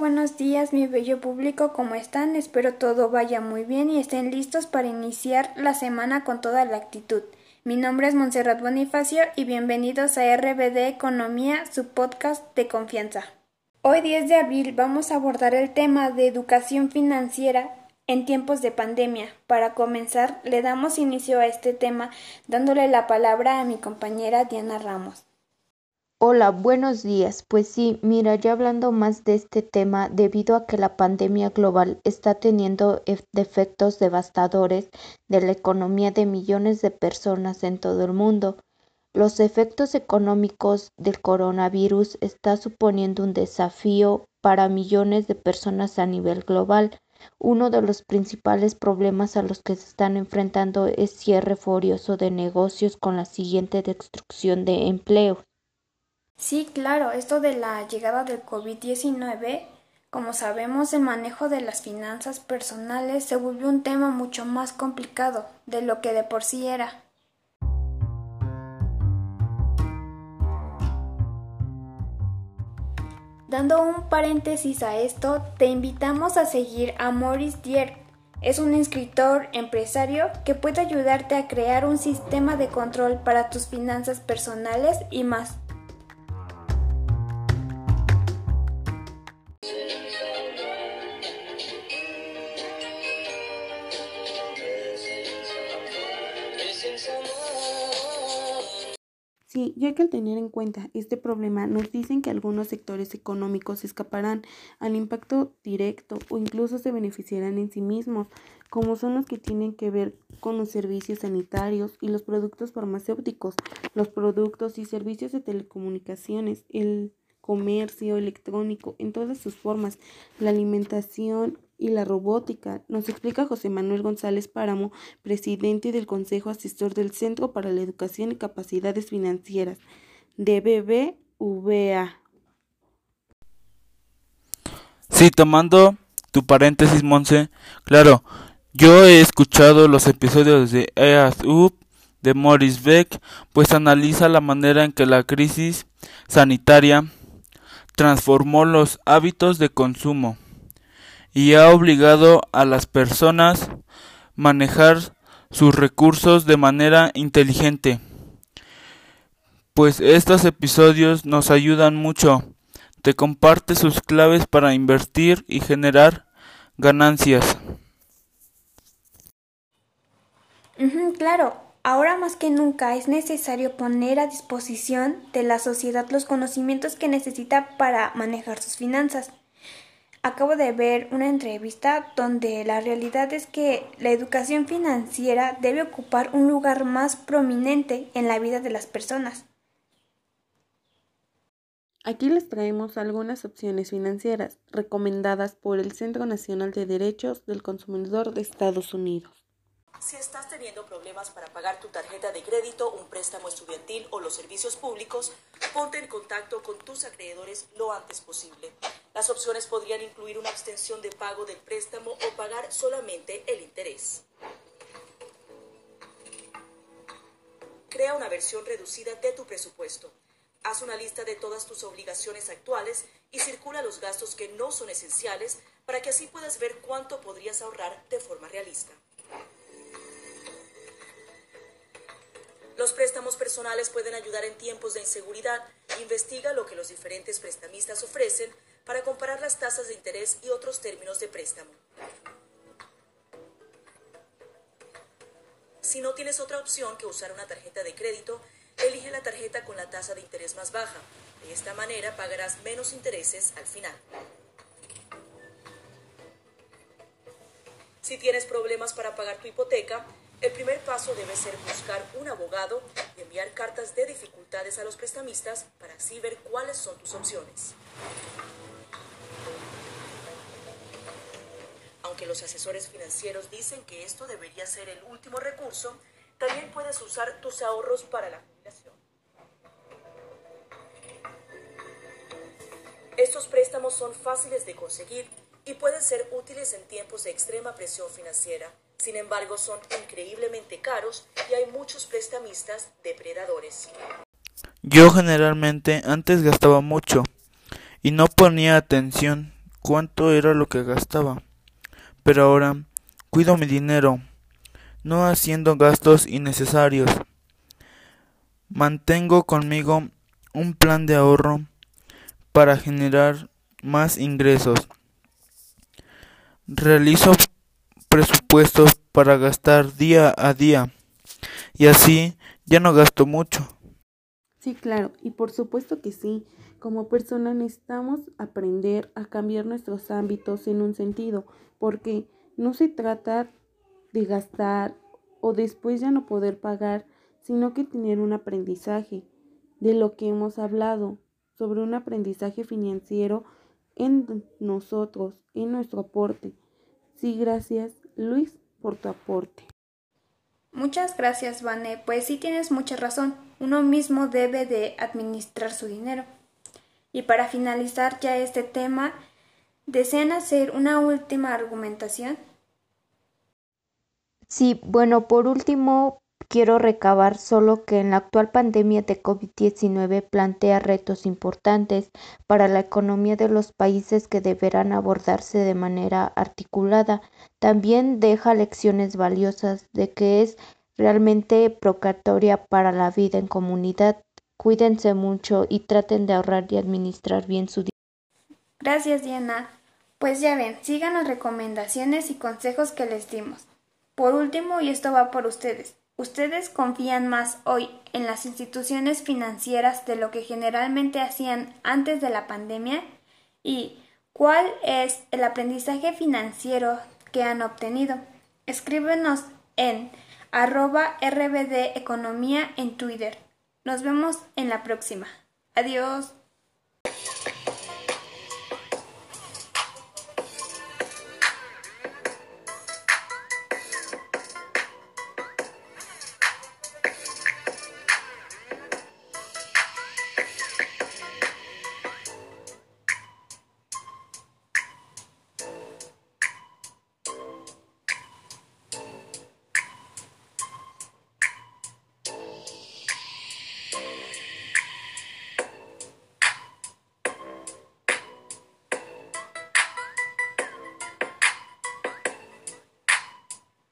buenos días, mi bello público, ¿cómo están? Espero todo vaya muy bien y estén listos para iniciar la semana con toda la actitud. Mi nombre es Montserrat Bonifacio y bienvenidos a RBD Economía, su podcast de confianza. Hoy 10 de abril vamos a abordar el tema de educación financiera en tiempos de pandemia. Para comenzar, le damos inicio a este tema dándole la palabra a mi compañera Diana Ramos. Hola, buenos días. Pues sí, mira, ya hablando más de este tema, debido a que la pandemia global está teniendo efectos devastadores de la economía de millones de personas en todo el mundo. Los efectos económicos del coronavirus está suponiendo un desafío para millones de personas a nivel global. Uno de los principales problemas a los que se están enfrentando es cierre furioso de negocios con la siguiente destrucción de empleos. Sí, claro, esto de la llegada del COVID-19, como sabemos, el manejo de las finanzas personales se volvió un tema mucho más complicado de lo que de por sí era. Dando un paréntesis a esto, te invitamos a seguir a Maurice Dieck. Es un escritor, empresario que puede ayudarte a crear un sistema de control para tus finanzas personales y más. Sí, ya que al tener en cuenta este problema nos dicen que algunos sectores económicos escaparán al impacto directo o incluso se beneficiarán en sí mismos, como son los que tienen que ver con los servicios sanitarios y los productos farmacéuticos, los productos y servicios de telecomunicaciones, el comercio electrónico en todas sus formas, la alimentación y la robótica. Nos explica José Manuel González Páramo, presidente del Consejo Asesor del Centro para la Educación y Capacidades Financieras de BBVA. Sí, tomando tu paréntesis, Monse, claro, yo he escuchado los episodios de Eat Up de Maurice Beck, pues analiza la manera en que la crisis sanitaria transformó los hábitos de consumo y ha obligado a las personas a manejar sus recursos de manera inteligente. Pues estos episodios nos ayudan mucho. Te comparte sus claves para invertir y generar ganancias. Claro, ahora más que nunca es necesario poner a disposición de la sociedad los conocimientos que necesita para manejar sus finanzas. Acabo de ver una entrevista donde la realidad es que la educación financiera debe ocupar un lugar más prominente en la vida de las personas. Aquí les traemos algunas opciones financieras recomendadas por el Centro Nacional de Derechos del Consumidor de Estados Unidos. Si estás teniendo problemas para pagar tu tarjeta de crédito, un préstamo estudiantil o los servicios públicos, ponte en contacto con tus acreedores lo antes posible. Las opciones podrían incluir una abstención de pago del préstamo o pagar solamente el interés. Crea una versión reducida de tu presupuesto. Haz una lista de todas tus obligaciones actuales y circula los gastos que no son esenciales para que así puedas ver cuánto podrías ahorrar de forma realista. Los préstamos personales pueden ayudar en tiempos de inseguridad. Investiga lo que los diferentes prestamistas ofrecen para comparar las tasas de interés y otros términos de préstamo. Si no tienes otra opción que usar una tarjeta de crédito, elige la tarjeta con la tasa de interés más baja. De esta manera pagarás menos intereses al final. Si tienes problemas para pagar tu hipoteca, el primer paso debe ser buscar un abogado y enviar cartas de dificultades a los prestamistas para así ver cuáles son tus opciones. Aunque los asesores financieros dicen que esto debería ser el último recurso, también puedes usar tus ahorros para la jubilación. Estos préstamos son fáciles de conseguir y pueden ser útiles en tiempos de extrema presión financiera. Sin embargo, son increíblemente caros y hay muchos prestamistas depredadores. Yo generalmente antes gastaba mucho y no ponía atención cuánto era lo que gastaba. Pero ahora cuido mi dinero, no haciendo gastos innecesarios. Mantengo conmigo un plan de ahorro para generar más ingresos. Realizo presupuestos para gastar día a día y así ya no gasto mucho. Sí, claro, y por supuesto que sí. Como personas necesitamos aprender a cambiar nuestros ámbitos en un sentido, porque no se trata de gastar o después ya no poder pagar, sino que tener un aprendizaje de lo que hemos hablado, sobre un aprendizaje financiero en nosotros, en nuestro aporte. Sí, gracias, Luis, por tu aporte. Muchas gracias, Vane. Pues sí tienes mucha razón. Uno mismo debe de administrar su dinero. Y para finalizar ya este tema, ¿desean hacer una última argumentación? Sí, bueno, por último, quiero recabar solo que en la actual pandemia de COVID-19 plantea retos importantes para la economía de los países que deberán abordarse de manera articulada. También deja lecciones valiosas de que es realmente precatoria para la vida en comunidad. Cuídense mucho y traten de ahorrar y administrar bien su dinero. Gracias, Diana. Pues ya ven, sigan las recomendaciones y consejos que les dimos. Por último, y esto va por ustedes, ¿ustedes confían más hoy en las instituciones financieras de lo que generalmente hacían antes de la pandemia? ¿Y cuál es el aprendizaje financiero que han obtenido? Escríbenos en @rbdeconomía en Twitter. Nos vemos en la próxima. Adiós.